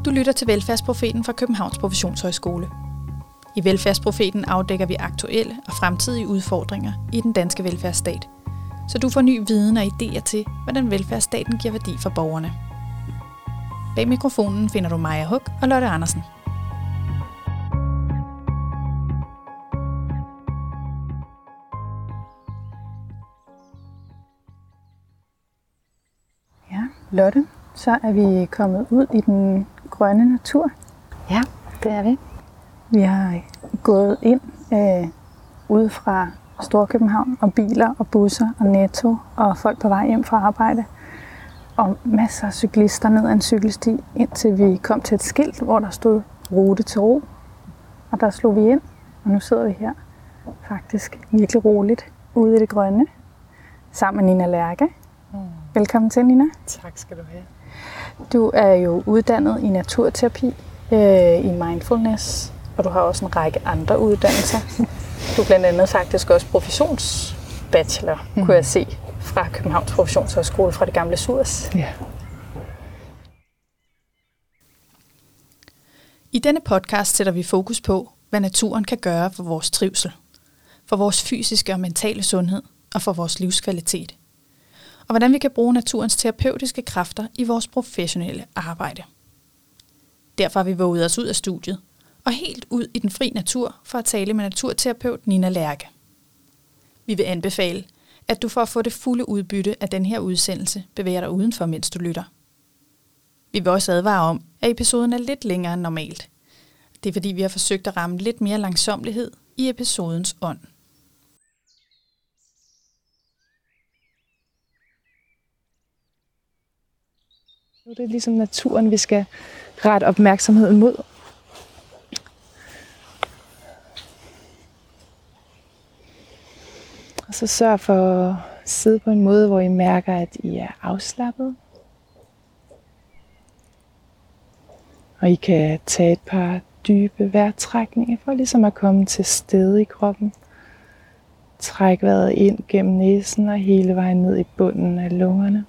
Du lytter til Velfærdsprofeten fra Københavns Professionshøjskole. I Velfærdsprofeten afdækker vi aktuelle og fremtidige udfordringer i den danske velfærdsstat, så du får ny viden og idéer til, hvordan velfærdsstaten giver værdi for borgerne. Bag mikrofonen finder du Maja Huk og Lotte Andersen. Ja, Lotte, så er vi kommet ud i den grønne natur. Ja, det er vi. Vi har gået ind ude fra Storkøbenhavn og biler og busser og Netto og folk på vej hjem fra arbejde. Og masser af cyklister ned ad en cykelsti, indtil vi kom til et skilt, hvor der stod rute til ro. Og der slog vi ind, og nu sidder vi her faktisk virkelig roligt ude i det grønne, sammen med Nina Lærke. Velkommen til, Nina. Tak skal du have. Du er jo uddannet i naturterapi, i mindfulness, og du har også en række andre uddannelser. Du er blandt andet faktisk også professionsbachelor, kunne jeg se, fra Københavns Professionshøjskole fra det gamle Surs. Ja. I denne podcast sætter vi fokus på, hvad naturen kan gøre for vores trivsel, for vores fysiske og mentale sundhed og for vores livskvalitet. Og hvordan vi kan bruge naturens terapeutiske kræfter i vores professionelle arbejde. Derfor har vi våget os ud af studiet og helt ud i den fri natur for at tale med naturterapeut Nina Lærke. Vi vil anbefale, at du for at få det fulde udbytte af den her udsendelse bevæger dig udenfor, mens du lytter. Vi vil også advare om, at episoden er lidt længere end normalt. Det er fordi, vi har forsøgt at ramme lidt mere langsommelighed i episodens ånd. Nu er det ligesom naturen, vi skal rette opmærksomheden mod. Og så sørg for at sidde på en måde, hvor I mærker, at I er afslappet. Og I kan tage et par dybe vejrtrækninger for ligesom at komme til stede i kroppen. Træk vejret ind gennem næsen og hele vejen ned i bunden af lungerne.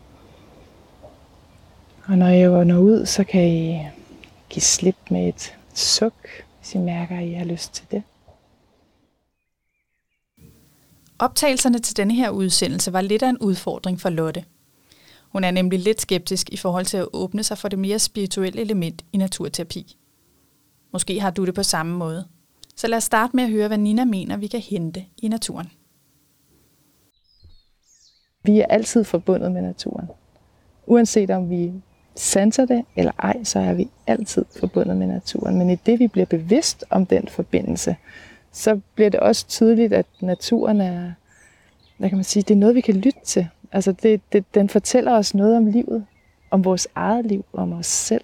Og når I ånder ud, så kan I give slip med et suk, hvis I mærker, at I har lyst til det. Optagelserne til denne her udsendelse var lidt af en udfordring for Lotte. Hun er nemlig lidt skeptisk i forhold til at åbne sig for det mere spirituelle element i naturterapi. Måske har du det på samme måde. Så lad os starte med at høre, hvad Nina mener, vi kan hente i naturen. Vi er altid forbundet med naturen. Uanset om vi sanser det eller ej, så er vi altid forbundet med naturen. Men i det, vi bliver bevidst om den forbindelse, så bliver det også tydeligt, at naturen er, hvad kan man sige, det er noget, vi kan lytte til. Altså den fortæller os noget om livet, om vores eget liv, om os selv.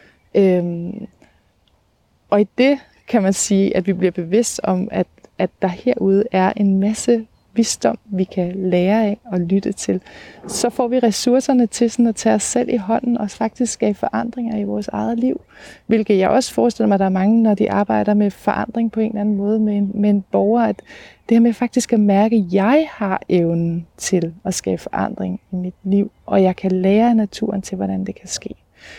Og i det kan man sige, at vi bliver bevidst om, at der herude er en masse visdom, vi kan lære af og lytte til. Så får vi ressourcerne til sådan at tage os selv i hånden og faktisk skabe forandringer i vores eget liv. Hvilket jeg også forestiller mig, at der er mange, når de arbejder med forandring på en eller anden måde med en borger, at det her med faktisk at mærke, at jeg har evnen til at skabe forandring i mit liv, og jeg kan lære af naturen til, hvordan det kan ske.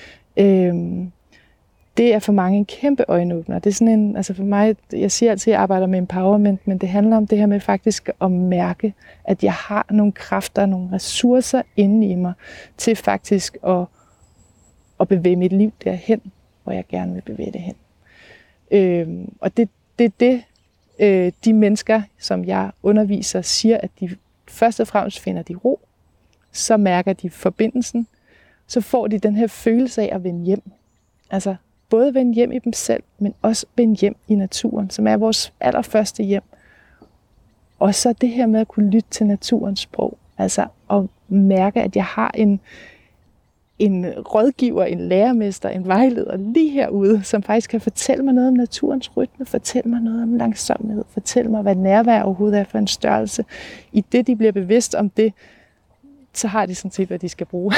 Det er for mange en kæmpe øjenåbner. Det er sådan en, altså for mig, jeg siger altid, at jeg arbejder med empowerment, men det handler om det her med faktisk at mærke, at jeg har nogle kræfter, nogle ressourcer inde i mig, til faktisk at bevæge mit liv derhen, hvor jeg gerne vil bevæge det hen. Og det er det, de mennesker, som jeg underviser, siger, at de først og fremmest finder de ro, så mærker de forbindelsen, så får de den her følelse af at vende hjem. Altså både vende hjem i dem selv, men også vende hjem i naturen, som er vores allerførste hjem. Og så det her med at kunne lytte til naturens sprog. Altså at mærke, at jeg har en rådgiver, en lærermester, en vejleder lige herude, som faktisk kan fortælle mig noget om naturens rytme, fortælle mig noget om langsomhed, fortælle mig, hvad nærvær overhovedet er for en størrelse. I det, de bliver bevidst om det, så har de sådan set, hvad de skal bruge.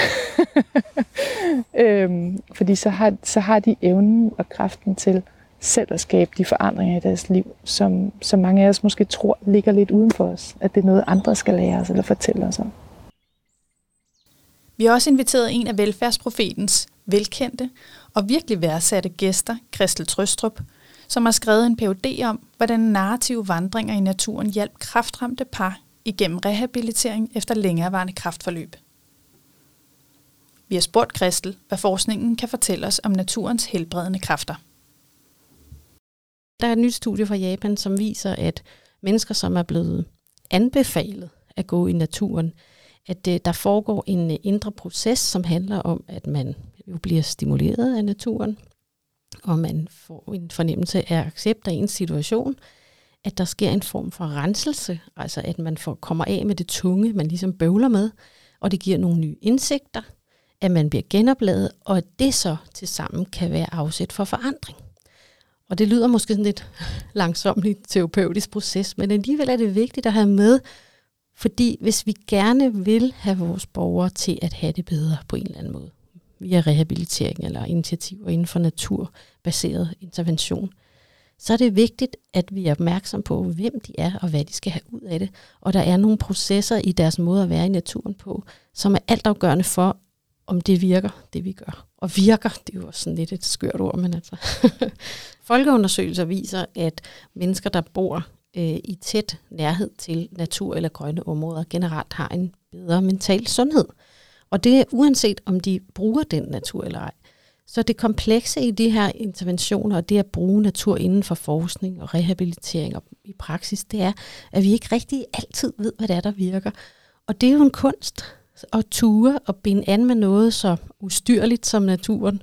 Fordi så har de evnen og kraften til selv at skabe de forandringer i deres liv, som mange af os måske tror ligger lidt uden for os. At det er noget, andre skal lære os eller fortælle os om. Vi har også inviteret en af velfærdsprofetens velkendte og virkelig værdsatte gæster, Christel Trøstrup, som har skrevet en Ph.D. om, hvordan narrative vandringer i naturen hjalp kræftramte par igennem rehabilitering efter længerevarende kræftforløb. Vi har spurgt Christel, hvad forskningen kan fortælle os om naturens helbredende kræfter. Der er et nyt studie fra Japan, som viser, at mennesker, som er blevet anbefalet at gå i naturen, at der foregår en indre proces, som handler om, at man jo bliver stimuleret af naturen, og man får en fornemmelse af accept af ens situation, at der sker en form for renselse, altså at man kommer af med det tunge, man ligesom bøvler med, og det giver nogle nye indsigter, at man bliver genopladet, og at det så tilsammen kan være afsæt for forandring. Og det lyder måske sådan lidt langsomligt terapeutisk proces, men alligevel er det vigtigt at have med, fordi hvis vi gerne vil have vores borgere til at have det bedre på en eller anden måde, via rehabilitering eller initiativer inden for naturbaseret intervention, så er det vigtigt, at vi er opmærksom på, hvem de er og hvad de skal have ud af det. Og der er nogle processer i deres måde at være i naturen på, som er altafgørende for, om det virker, det vi gør. Og virker, det er jo sådan lidt et skørt ord, men altså. Folkeundersøgelser viser, at mennesker, der bor i tæt nærhed til natur eller grønne områder, generelt har en bedre mental sundhed. Og det er uanset, om de bruger den natur eller ej. Så det komplekse i de her interventioner, og det at bruge natur inden for forskning og rehabilitering og i praksis, det er, at vi ikke rigtig altid ved, hvad det er, der virker. Og det er jo en kunst at ture og binde an med noget så ustyrligt som naturen.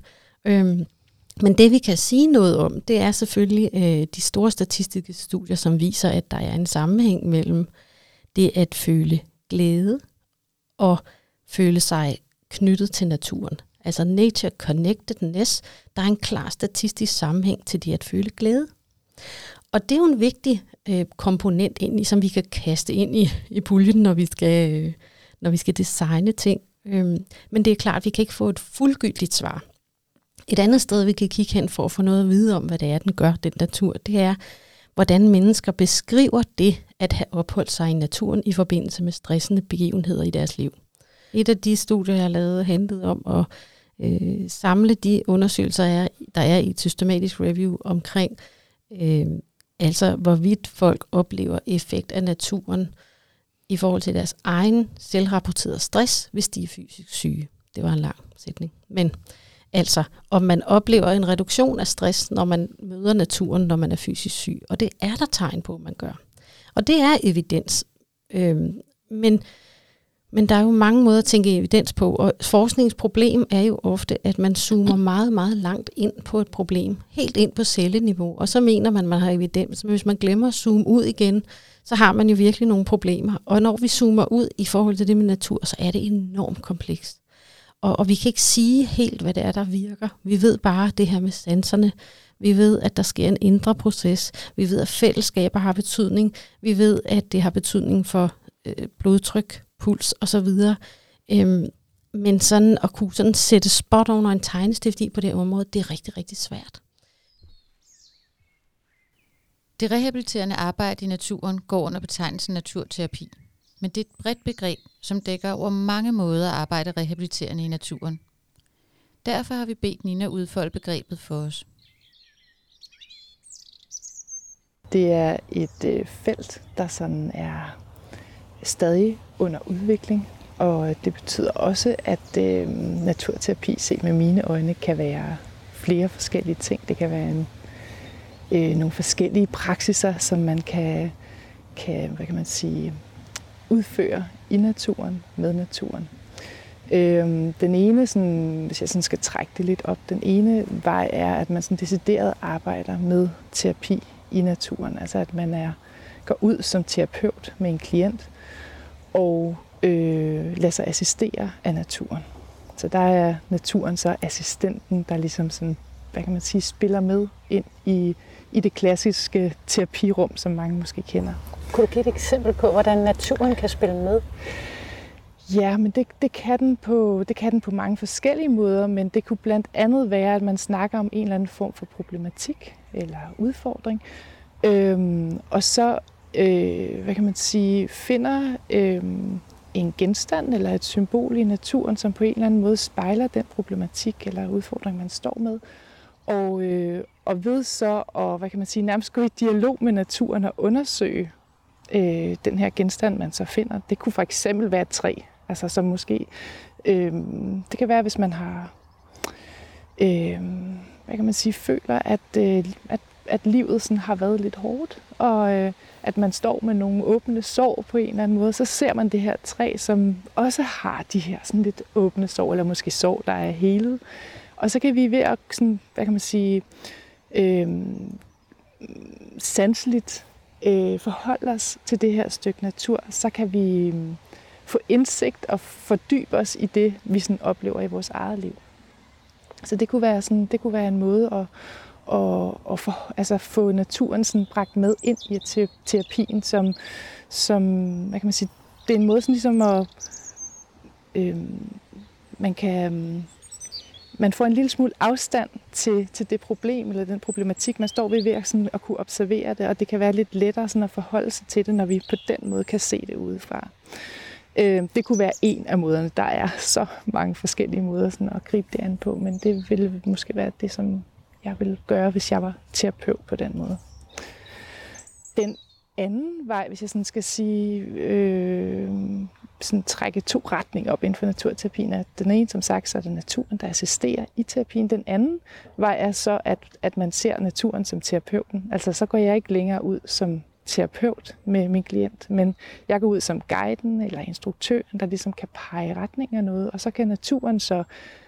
Men det vi kan sige noget om, det er selvfølgelig de store statistiske studier, som viser, at der er en sammenhæng mellem det at føle glæde og føle sig knyttet til naturen. Altså nature connectedness, der er en klar statistisk sammenhæng til det at føle glæde. Og det er jo en vigtig komponent ind i, som vi kan kaste ind i puljen, når vi skal designe ting. Men det er klart, at vi kan ikke få et fuldgyldigt svar. Et andet sted, vi kan kigge hen for at få noget at vide om, hvad det er, den gør, den natur, det er, hvordan mennesker beskriver det at have opholdt sig i naturen i forbindelse med stressende begivenheder i deres liv. Et af de studier, jeg har lavet, handlede om at samle de undersøgelser, der er i et systematisk review omkring, altså hvorvidt folk oplever effekt af naturen i forhold til deres egen selvrapporterede stress, hvis de er fysisk syge. Det var en lang sætning. Men altså, om man oplever en reduktion af stress, når man møder naturen, når man er fysisk syg. Og det er der tegn på, man gør. Og det er evidens. Men der er jo mange måder at tænke evidens på, og forskningsproblem er jo ofte, at man zoomer meget, meget langt ind på et problem, helt ind på celleniveau, og så mener man har evidens. Men hvis man glemmer at zoome ud igen, så har man jo virkelig nogle problemer. Og når vi zoomer ud i forhold til det med natur, så er det enormt komplekst. Og vi kan ikke sige helt, hvad det er, der virker. Vi ved bare det her med sanserne. Vi ved, at der sker en indre proces. Vi ved, at fællesskaber har betydning. Vi ved, at det har betydning for blodtryk, puls osv. Men sådan at kunne sådan sætte spot under en tegnestift i på det område, det er rigtig, rigtig svært. Det rehabiliterende arbejde i naturen går under betegnelsen naturterapi. Men det er et bredt begreb, som dækker over mange måder at arbejde rehabiliterende i naturen. Derfor har vi bedt Nina udfolde begrebet for os. Det er et felt, der sådan er stadig under udvikling, og det betyder også, at naturterapi set med mine øjne kan være flere forskellige ting. Det kan være nogle forskellige praksiser, som man kan hvad kan man sige, udføre i naturen, med naturen. Den ene, sådan, hvis jeg sådan skal trække det lidt op, den ene vej er, at man sådan decideret arbejder med terapi i naturen. Altså at man går ud som terapeut med en klient og lader sig assistere af naturen. Så der er naturen så assistenten, der ligesom sådan, hvad kan man sige, spiller med ind i det klassiske terapirum, som mange måske kender. Kunne du give et eksempel på, hvordan naturen kan spille med? Ja, men det kan den på mange forskellige måder, men det kunne blandt andet være, at man snakker om en eller anden form for problematik eller udfordring, og så, hvad kan man sige, finder en genstand eller et symbol i naturen, som på en eller anden måde spejler den problematik eller udfordring, man står med. Og ved så at, hvad kan man sige, nærmest gå i dialog med naturen og undersøge den her genstand, man så finder. Det kunne for eksempel være et træ, altså som måske, det kan være, hvis man har, hvad kan man sige, føler, at livet sådan har været lidt hårdt, og at man står med nogle åbne sår på en eller anden måde, så ser man det her træ, som også har de her sådan lidt åbne sår, eller måske sår, der er helet. Og så kan vi ved at, sådan, hvad kan man sige, sanseligt forholde os til det her stykke natur, så kan vi få indsigt og fordybe os i det, vi sådan oplever i vores eget liv. Så det kunne være en måde at få naturen sådan bragt med ind i terapien, som hvad kan man sige, det er en måde sådan ligesom at man får en lille smule afstand til det problem eller den problematik, man står ved sådan at kunne observere det, og det kan være lidt lettere sådan at forholde sig til det, når vi på den måde kan se det udefra. Det kunne være en af måderne. Der er så mange forskellige måder sådan at gribe det an på, men det ville måske være det, som jeg ville gøre, hvis jeg var terapeut på den måde. Den anden vej, hvis jeg sådan skal sige, sådan trække 2 retninger op inden for naturterapien, er den ene, som sagt, så er det naturen, der assisterer i terapien. Den anden vej er så, at man ser naturen som terapeuten. Altså så går jeg ikke længere ud som terapeut med min klient, men jeg går ud som guiden eller instruktøren, der ligesom kan pege retning af noget, og så kan naturen så,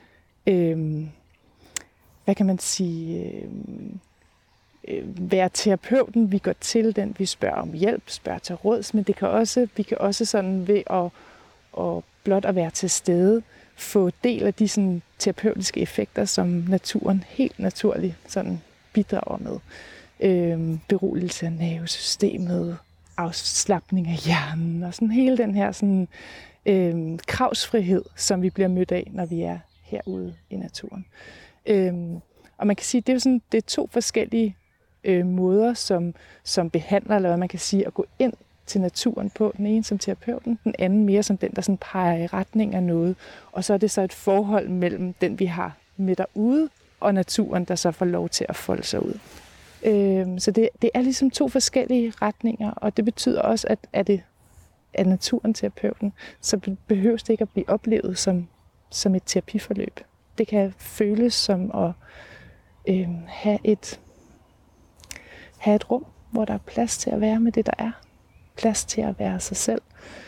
hvad kan man sige, være terapeuten, vi går til den, vi spørger om hjælp, spørger til råds, men vi kan også sådan ved at blot at være til stede, få del af de sådan terapeutiske effekter, som naturen helt naturligt sådan bidrager med. Beroligelse af nervesystemet, afslapning af hjernen og sådan hele den her sådan, kravsfrihed, som vi bliver mødt af, når vi er herude i naturen. Og man kan sige, det er 2 forskellige måder, som behandler, eller hvad man kan sige, at gå ind til naturen på. Den ene som terapeuten, den anden mere som den, der sådan peger i retning af noget. Og så er det så et forhold mellem den, vi har med derude, og naturen, der så får lov til at folde sig ud. Så det er ligesom 2 forskellige retninger, og det betyder også, at er naturen terapeuten, så behøves det ikke at blive oplevet som et terapiforløb. Det kan føles som at have et rum, hvor der er plads til at være med det, der er. Plads til at være sig selv.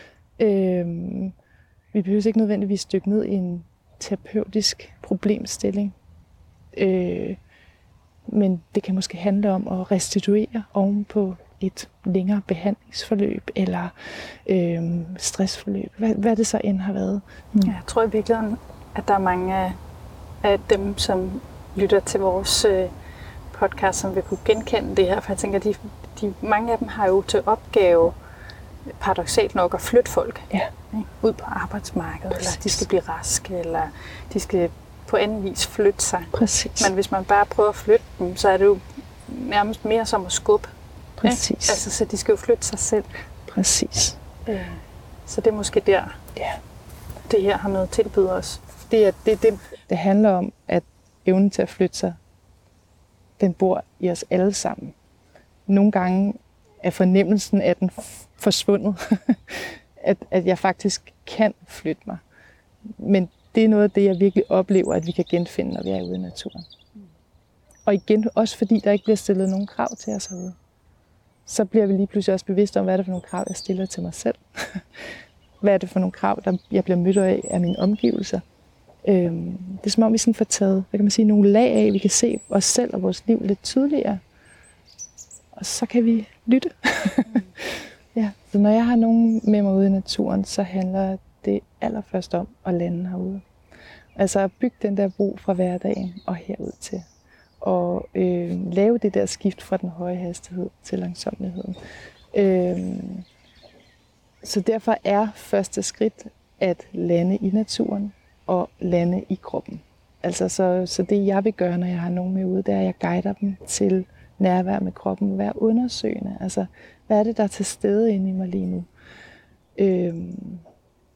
Vi behøver ikke nødvendigvis dykke ned i en terapeutisk problemstilling. Men det kan måske handle om at restituere oven på et længere behandlingsforløb eller stressforløb. Hvad det så end har været. Ja, jeg tror i virkeligheden, at der er mange af dem, som lytter til vores podcast, som vil kunne genkende det her. For jeg tænker, mange af dem har jo til opgave, paradoksalt nok, at flytte folk ud på arbejdsmarkedet. Præcis. Eller de skal blive raske, eller de skal på anden vis flytte sig. Præcis. Men hvis man bare prøver at flytte dem, så er det jo nærmest mere som at skubbe. Præcis. Altså, så de skal jo flytte sig selv. Præcis. Så det er måske der, det her har noget tilbyde os. Det handler om, at evnen til at flytte sig, den bor i os alle sammen. Nogle gange er fornemmelsen af den forsvundet, at jeg faktisk kan flytte mig. Men det er noget af det, jeg virkelig oplever, at vi kan genfinde, når vi er ude i naturen. Og igen, også fordi der ikke bliver stillet nogen krav til os herude. Så bliver vi lige pludselig også bevidste om, hvad er det for nogle krav, jeg stiller til mig selv. Hvad er det for nogle krav, jeg bliver mødt af mine omgivelser. Det er som om, vi sådan får taget, hvad kan man sige, nogle lag af, vi kan se os selv og vores liv lidt tydeligere. Og så kan vi lytte. Ja, så når jeg har nogen med mig ude i naturen, så handler det allerførst om at lande herude. Altså at bygge den der bro fra hverdagen og herud til. Og lave det der skift fra den høje hastighed til langsommeligheden. Så derfor er første skridt at lande i naturen og lande i kroppen. Altså så det jeg vil gøre, når jeg har nogen med ude, det er, at jeg guider dem til nærvær med kroppen, være undersøgende. Altså hvad er det, der er til stede inde i mig lige nu?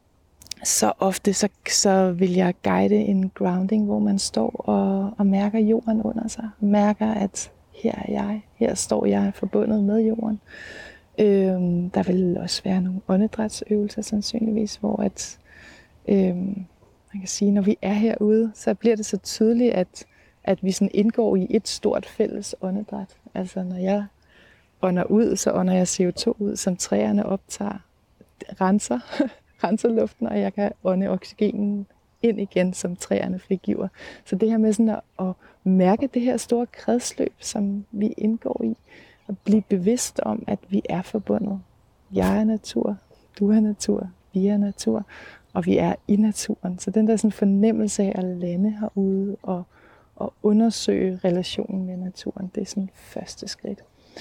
så ofte så vil jeg guide en grounding, hvor man står og mærker jorden under sig. Mærker, at her er jeg, her står jeg forbundet med jorden. Der vil også være nogle åndedrætsøvelser sandsynligvis, hvor at, man kan sige, når vi er herude, så bliver det så tydeligt, at vi sådan indgår i et stort fælles åndedræt. Altså når jeg ånder ud, så ånder jeg CO2 ud, som træerne optager, renser luften, og jeg kan ånde oxygenen ind igen, som træerne frigiver. Så det her med sådan at mærke det her store kredsløb, som vi indgår i, og blive bevidst om, at vi er forbundet. Jeg er natur, du er natur, vi er natur, og vi er i naturen. Så den der sådan fornemmelse af at lande herude og undersøge relationen med naturen, det er sådan første skridt.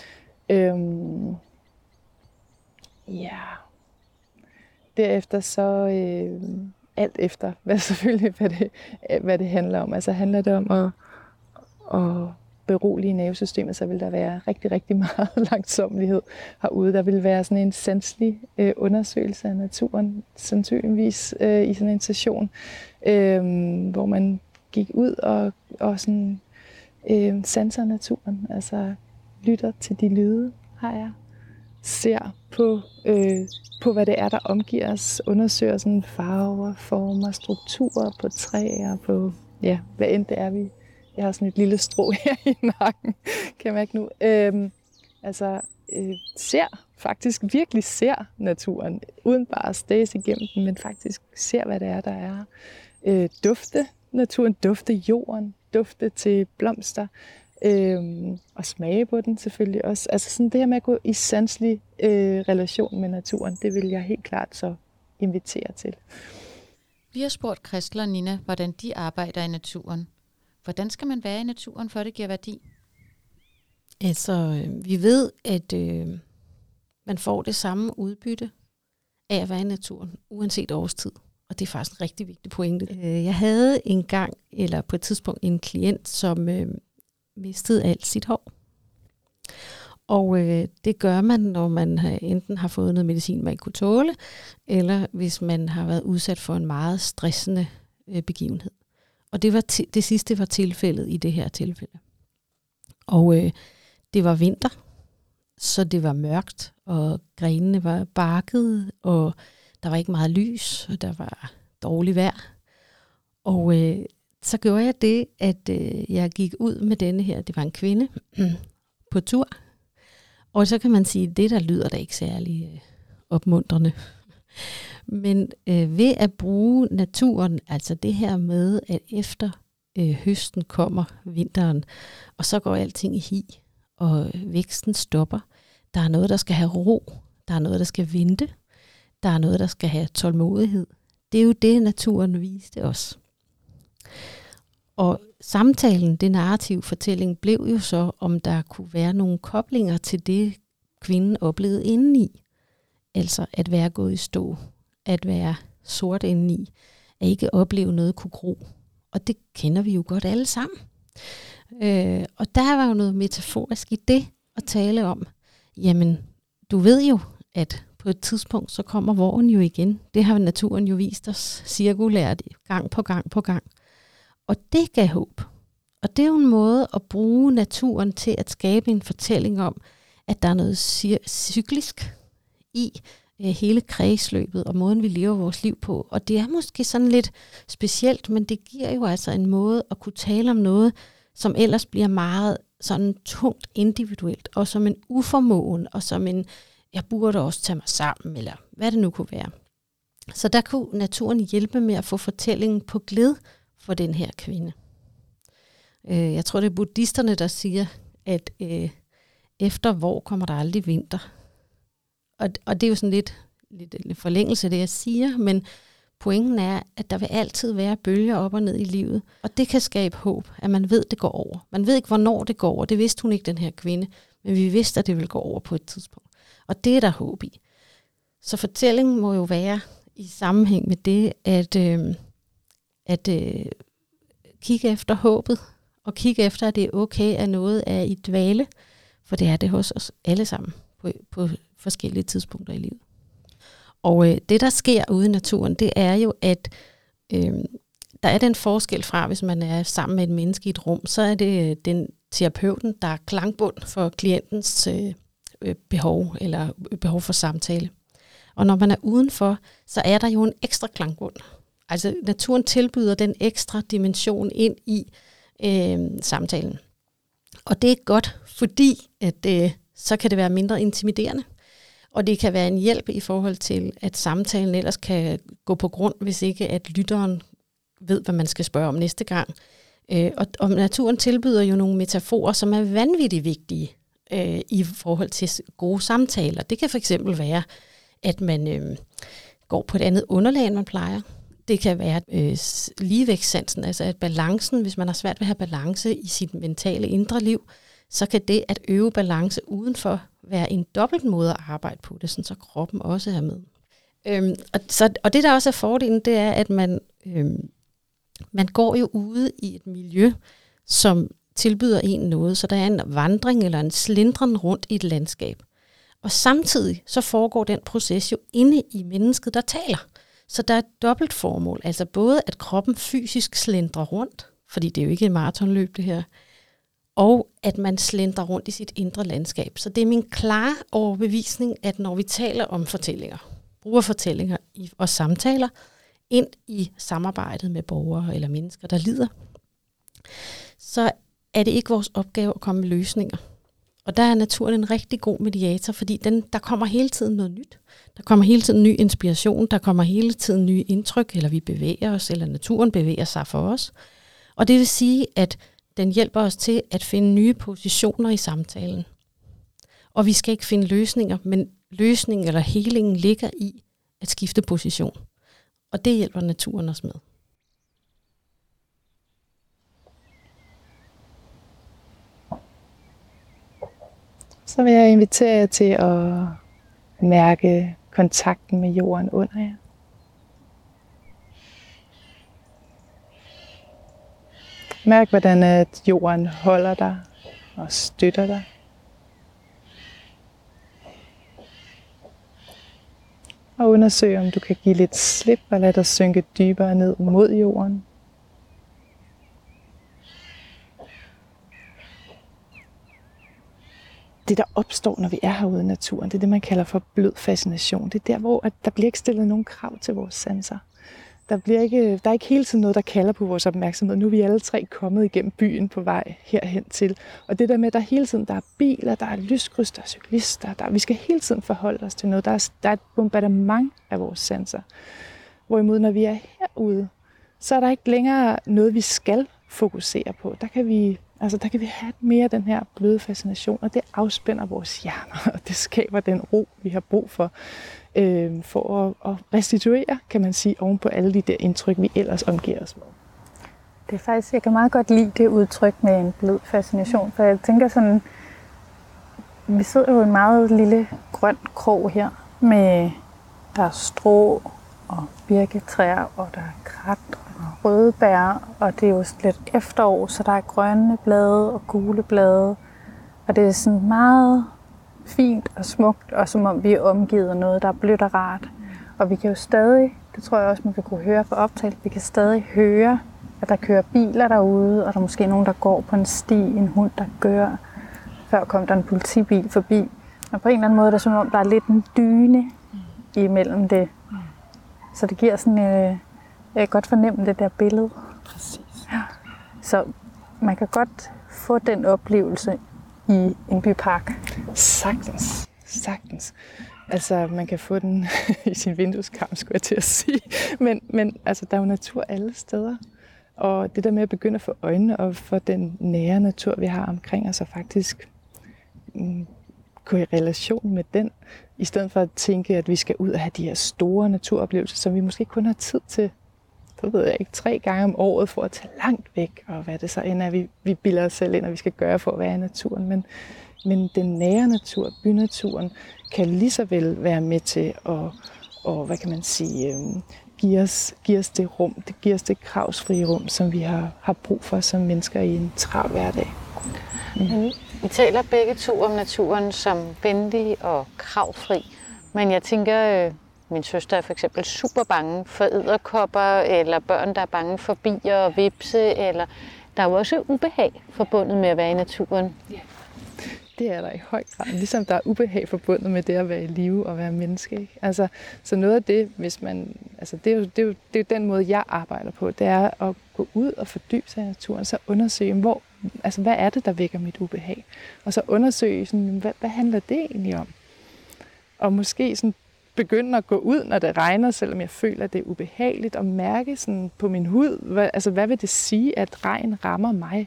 Derefter så alt efter, hvad det handler om. Altså handler det om at berolige nervesystemet, så vil der være rigtig, rigtig meget langsommelighed herude. Der vil være sådan en sanselig undersøgelse af naturen, sandsynligvis i sådan en session, hvor man gik ud og sådan sanser naturen, altså lytter til de lyde, har jeg. Ser på, hvad det er, der omgiver os, undersøger sådan farver, former, strukturer på træer, på hvad end det er, jeg har sådan et lille strå her i nakken, kan jeg mærke nu. Virkelig ser naturen, uden bare at stæse igennem den, men faktisk ser, hvad det er, der er. Dufte naturen, dufte jorden, dufte til blomster, og smage på den selvfølgelig også. Altså sådan det her med at gå i sanselig relation med naturen, det vil jeg helt klart så invitere til. Vi har spurgt Christel og Nina, hvordan de arbejder i naturen. Hvordan skal man være i naturen, for det giver værdi? Altså, vi ved, at man får det samme udbytte af at være i naturen, uanset årstid. Og det er faktisk en rigtig vigtig pointe. Jeg havde på et tidspunkt en klient, som mistede alt sit hår. Og det gør man, når man enten har fået noget medicin, man ikke kunne tåle, eller hvis man har været udsat for en meget stressende begivenhed. Og det sidste var tilfældet i det her tilfælde. Og det var vinter, så det var mørkt, og grenene var barkede, og der var ikke meget lys, og der var dårligt vejr. Og så gjorde jeg det, at jeg gik ud med denne her, det var en kvinde, på tur. Og så kan man sige, at det der lyder da ikke særlig opmuntrende. Men ved at bruge naturen, altså det her med, at efter høsten kommer vinteren, og så går alting i hi, og væksten stopper. Der er noget, der skal have ro. Der er noget, der skal vente. Der er noget, der skal have tålmodighed. Det er jo det, naturen viste os. Og samtalen, det narrativ fortælling, blev jo så, om der kunne være nogle koblinger til det, kvinden oplevede indeni. Altså at være gået i stå, at være sort indeni, at ikke opleve noget kunne gro. Og det kender vi jo godt alle sammen. Og der var jo noget metaforisk i det at tale om. Jamen, du ved jo, at på et tidspunkt, så kommer våren jo igen. Det har naturen jo vist os cirkulært gang på gang på gang. Og det gav håb. Og det er jo en måde at bruge naturen til at skabe en fortælling om, at der er noget cyklisk i hele kredsløbet og måden, vi lever vores liv på. Og det er måske sådan lidt specielt, men det giver jo altså en måde at kunne tale om noget, som ellers bliver meget sådan tungt individuelt, og som en uformåen, og som en, jeg burde også tage mig sammen, eller hvad det nu kunne være. Så der kunne naturen hjælpe med at få fortællingen på gled for den her kvinde. Jeg tror, det er buddhisterne, der siger, at efter hvor kommer der aldrig vinter. Og det er jo sådan lidt forlængelse af det, jeg siger, men pointen er, at der vil altid være bølger op og ned i livet, og det kan skabe håb, at man ved, det går over. Man ved ikke, hvornår det går over. Det vidste hun ikke, den her kvinde, men vi vidste, at det ville gå over på et tidspunkt. Og det er der håb i. Så fortællingen må jo være i sammenhæng med det, at kigge efter håbet, og kigge efter, at det er okay, at noget er i dvale, for det er det hos os alle sammen på forskellige tidspunkter i livet. Og det, der sker ude i naturen, det er jo, at der er den forskel fra, hvis man er sammen med et menneske i et rum, så er det den terapeuten, der er klangbund for klientens behov eller behov for samtale. Og når man er udenfor, så er der jo en ekstra klangbund. Altså naturen tilbyder den ekstra dimension ind i samtalen. Og det er godt, fordi at, så kan det være mindre intimiderende. Og det kan være en hjælp i forhold til, at samtalen ellers kan gå på grund, hvis ikke at lytteren ved, hvad man skal spørge om næste gang. Og naturen tilbyder jo nogle metaforer, som er vanvittigt vigtige i forhold til gode samtaler. Det kan for eksempel være, at man går på et andet underlag, end man plejer. Det kan være ligevægtssansen, altså at balancen, hvis man har svært ved at have balance i sit mentale indre liv, så kan det at øve balance udenfor være en dobbelt måde at arbejde på det, sådan så kroppen også er med. Og det der også er fordelen, det er, at man går jo ude i et miljø, som tilbyder en noget, så der er en vandring eller en slindren rundt i et landskab. Og samtidig så foregår den proces jo inde i mennesket, der taler. Så der er et dobbelt formål, altså både at kroppen fysisk slendrer rundt, fordi det er jo ikke et maratonløb det her, og at man slendrer rundt i sit indre landskab. Så det er min klare overbevisning, at når vi taler om fortællinger, bruger fortællinger og samtaler ind i samarbejdet med borgere eller mennesker, der lider, så er det ikke vores opgave at komme med løsninger. Og der er naturen en rigtig god mediator, fordi der kommer hele tiden noget nyt. Der kommer hele tiden ny inspiration, der kommer hele tiden nye indtryk, eller vi bevæger os, eller naturen bevæger sig for os. Og det vil sige, at den hjælper os til at finde nye positioner i samtalen. Og vi skal ikke finde løsninger, men løsningen eller helingen ligger i at skifte position. Og det hjælper naturen os med. Så vil jeg invitere jer til at mærke kontakten med jorden under jer. Mærk, hvordan at jorden holder dig og støtter dig. Og undersøg, om du kan give lidt slip og lade dig synke dybere ned mod jorden. Det, der opstår, når vi er herude i naturen, det er det, man kalder for blød fascination. Det er der, hvor at der bliver ikke stillet nogen krav til vores sanser. Der er ikke hele tiden noget, der kalder på vores opmærksomhed. Nu er vi alle tre kommet igennem byen på vej herhen til. Og det der med, at der hele tiden der er biler, der er lyskryds, der er cyklister. Vi skal hele tiden forholde os til noget. Der er et bombardement af vores sanser. Hvorimod, når vi er herude, så er der ikke længere noget, vi skal fokusere på. Der kan vi have mere den her bløde fascination, og det afspænder vores hjerner, og det skaber den ro, vi har brug for at restituere, kan man sige, oven på alle de der indtryk, vi ellers omgiver os med. Det er faktisk, jeg kan meget godt lide det udtryk med en blød fascination, for jeg tænker sådan, vi sidder jo i en meget lille grøn krog her, der er strå og birketræer, og der er krat og røde bær, og det er jo lidt efterår, så der er grønne blade og gule blade, og det er sådan meget fint og smukt, og som om vi er omgivet af noget, der er blødt og rart. Og vi kan jo stadig, det tror jeg også, man vil kunne høre på optag, vi kan stadig høre, at der kører biler derude, og der er måske nogen, der går på en sti, en hund, der gør. Før kom der en politibil forbi. Og på en eller anden måde er det som om, der er lidt en dyne imellem det. Så det giver sådan, jeg kan godt fornemme det der billede. Præcis. Ja. Så man kan godt få den oplevelse i en bypark. Sagtens. Altså, man kan få den i sin vindueskarm, skulle jeg til at sige. Men altså, der er jo natur alle steder. Og det der med at begynde at få øjnene op for den nære natur, vi har omkring os, og faktisk gå i relation med den, i stedet for at tænke, at vi skal ud og have de her store naturoplevelser, som vi måske kun har tid til, det ved jeg ikke, 3 gange om året for at tage langt væk, og hvad det så end er, vi bilder os selv ind, og vi skal gøre for at være i naturen. Men den nære natur, bynaturen, kan lige så vel være med til at hvad kan man sige, give os det rum, det giver os det kravsfrie rum, som vi har brug for som mennesker i en travl hverdag. Vi taler begge to om naturen som venlig og kravfri, men jeg tænker, Min søster er for eksempel super bange for edderkopper, eller børn, der er bange for bier og hvepse, eller der er jo også ubehag forbundet med at være i naturen. Yeah. Det er der i høj grad. Ligesom der er ubehag forbundet med det at være i live og være menneske. Ikke? Altså, så noget af det, hvis man, altså det er jo den måde, jeg arbejder på, det er at gå ud og fordybe sig i naturen, så undersøge, hvad er det, der vækker mit ubehag? Og så undersøge, sådan, hvad handler det egentlig om? Og måske sådan begynde at gå ud, når det regner, selvom jeg føler, at det er ubehageligt, og mærke sådan på min hud, hvad vil det sige, at regn rammer mig?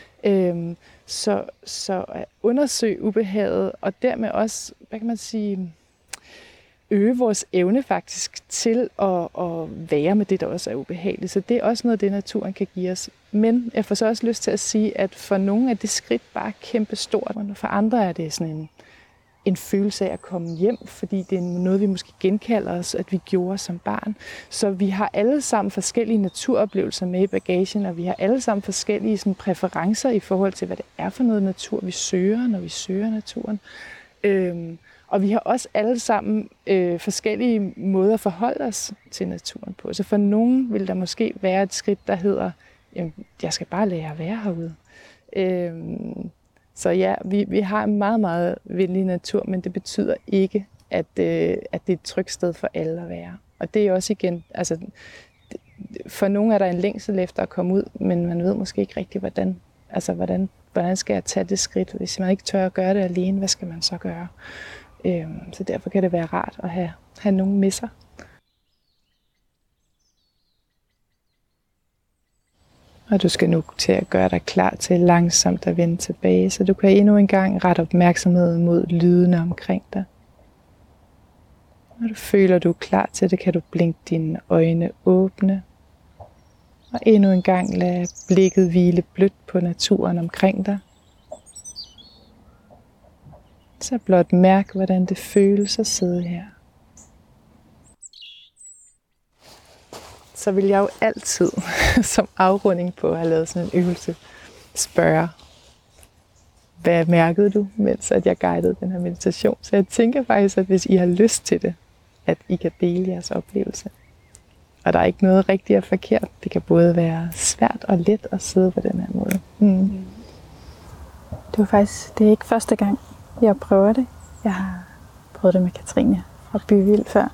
Så at undersøge ubehaget, og dermed også, hvad kan man sige, øge vores evne faktisk til at være med det, der også er ubehageligt. Så det er også noget, det naturen kan give os. Men jeg får så også lyst til at sige, at for nogle er det skridt bare kæmpestort, og for andre er det sådan en følelse af at komme hjem, fordi det er noget, vi måske genkalder os, at vi gjorde som barn. Så vi har alle sammen forskellige naturoplevelser med i bagagen, og vi har alle sammen forskellige sådan, præferencer i forhold til, hvad det er for noget natur, vi søger, når vi søger naturen. Og vi har også alle sammen forskellige måder at forholde os til naturen på. Så for nogen vil der måske være et skridt, der hedder, jamen, jeg skal bare lære at være herude. Så ja, vi har en meget, meget venlig natur, men det betyder ikke, at det er et trygt sted for alle at være. Og det er også igen, altså for nogle er der en længsel efter at komme ud, men man ved måske ikke rigtig, hvordan skal jeg tage det skridt? Hvis man ikke tør at gøre det alene, hvad skal man så gøre? Så derfor kan det være rart at have nogen med sig. Og du skal nu til at gøre dig klar til langsomt at vende tilbage, så du kan endnu en gang rette opmærksomheden mod lydene omkring dig. Når du føler, du er klar til det, kan du blinke dine øjne åbne. Og endnu en gang lad blikket hvile blødt på naturen omkring dig. Så blot mærk, hvordan det føles at sidde her. Så vil jeg jo altid som afrunding på at have lavet sådan en øvelse spørge, hvad mærkede du, mens at jeg guidede den her meditation? Så jeg tænker faktisk, at hvis I har lyst til det, at I kan dele jeres oplevelse. Og der er ikke noget rigtigt og forkert. Det kan både være svært og let at sidde på den her måde. Det er ikke første gang, jeg prøver det. Jeg har prøvet det med Katrine fra Byvild før.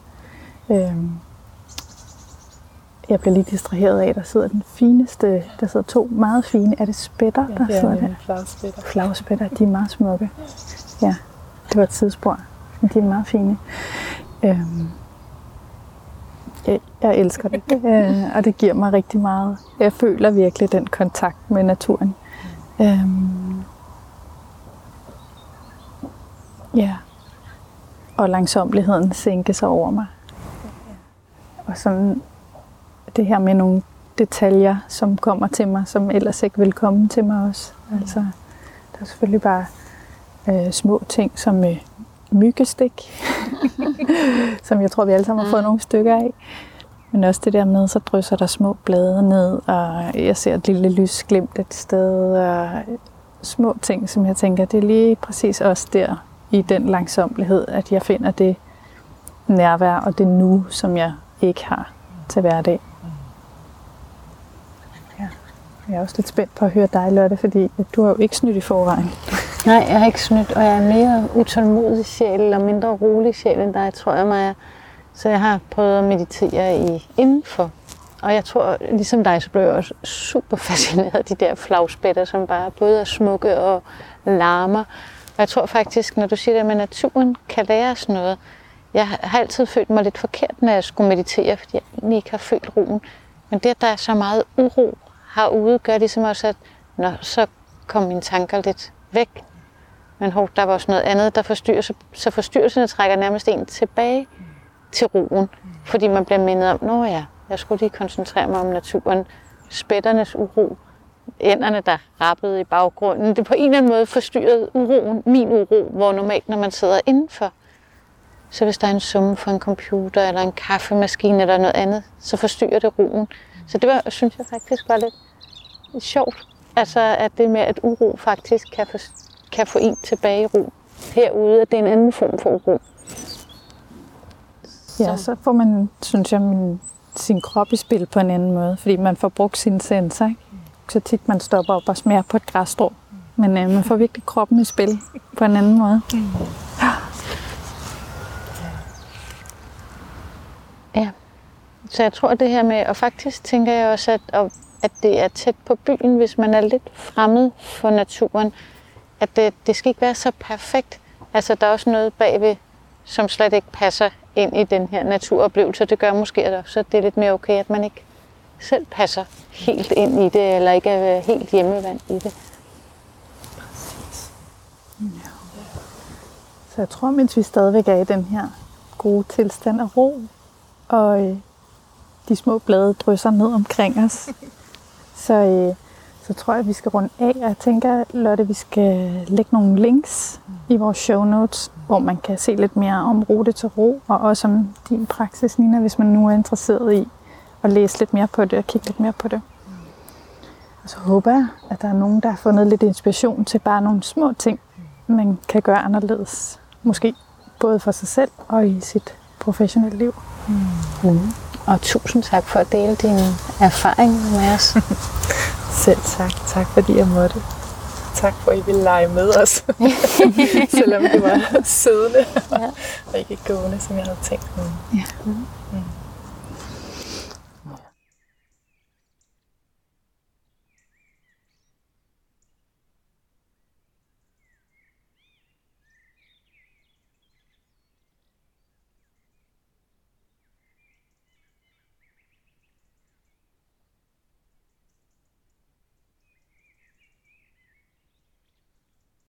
Jeg bliver lige distraheret af, at der sidder den fineste, der sidder 2 meget fine, er det spætter, der sidder der? Flagspætter. Flagspætter, de er meget smukke. Ja, det var et tidsspor, men de er meget fine. Jeg elsker det, og det giver mig rigtig meget. Jeg føler virkelig den kontakt med naturen. Ja, og langsommeligheden sænker sig over mig. Og sådan det her med nogle detaljer, som kommer til mig, som ellers ikke vil komme til mig også. Altså, der er selvfølgelig bare små ting som myggestik, som jeg tror, vi alle sammen har fået nogle stykker af. Men også det der med, så drysser der små blade ned, og jeg ser et lille lysglimt et sted, og små ting, som jeg tænker, det er lige præcis også der, i den langsommelighed, at jeg finder det nærvær og det nu, som jeg ikke har til hverdag. Ja. Jeg er også lidt spændt på at høre dig, Lotte, fordi du har jo ikke snydt i forvejen. Nej, jeg har ikke snydt, og jeg er mere utålmodig sjæl og mindre rolig sjæl end dig, tror jeg mig. Så jeg har prøvet at meditere indenfor. Og jeg tror, ligesom dig, så blev jeg også super fascineret af de der flagspætter, som bare både er smukke og larmer. Og jeg tror faktisk, når du siger det med naturen, kan lære os noget. Jeg har altid følt mig lidt forkert, når jeg skulle meditere, fordi jeg egentlig ikke har følt roen. Men det, at der er så meget uro herude, gør ligesom også, at så kom mine tanker lidt væk. Men der var også noget andet, der forstyrrer, så forstyrrelserne trækker nærmest en tilbage til roen. Fordi man bliver mindet om, jeg skulle lige koncentrere mig om naturen. Spætternes uro, ænderne, der rappede i baggrunden. Det på en eller anden måde forstyrrede uroen, min uro, hvor normalt, når man sidder indenfor. Så hvis der er en summe for en computer, eller en kaffemaskine, eller noget andet, så forstyrrer det roen. Så det synes jeg faktisk var lidt sjovt. Altså, at det med, at uro faktisk kan få en tilbage i ro herude, at det er en anden form for uro. Ja, så får man, synes jeg, sin krop i spil på en anden måde, fordi man får brugt sine sensorer, ikke? Så tit man stopper op og smager på et græsstrå. Men man får virkelig kroppen i spil på en anden måde. Ja, så jeg tror det her med, og faktisk tænker jeg også, at det er tæt på byen, hvis man er lidt fremmed for naturen, at det skal ikke være så perfekt. Altså der er også noget bagved, som slet ikke passer ind i den her naturoplevelse. Det gør måske at det er lidt mere okay, at man ikke selv passer helt ind i det, eller ikke er helt hjemmevand i det. Ja. Så jeg tror, mens vi stadigvæk er i den her gode tilstand af ro, og de små blade drysser ned omkring os, så tror jeg, at vi skal runde af. Og jeg tænker, Lotte, vi skal lægge nogle links i vores show notes, hvor man kan se lidt mere om Rute til Ro, og også om din praksis, Nina, hvis man nu er interesseret i at læse lidt mere på det og kigge lidt mere på det. Og så håber jeg, at der er nogen, der har fundet lidt inspiration til bare nogle små ting, man kan gøre anderledes. Måske både for sig selv og i sit professionelle liv. Og tusind tak for at dele dine erfaringer med os. Selv tak. Tak fordi jeg måtte. Tak for at I ville lege med os. Selvom det var siddende og ikke gående, som jeg havde tænkt. Ja.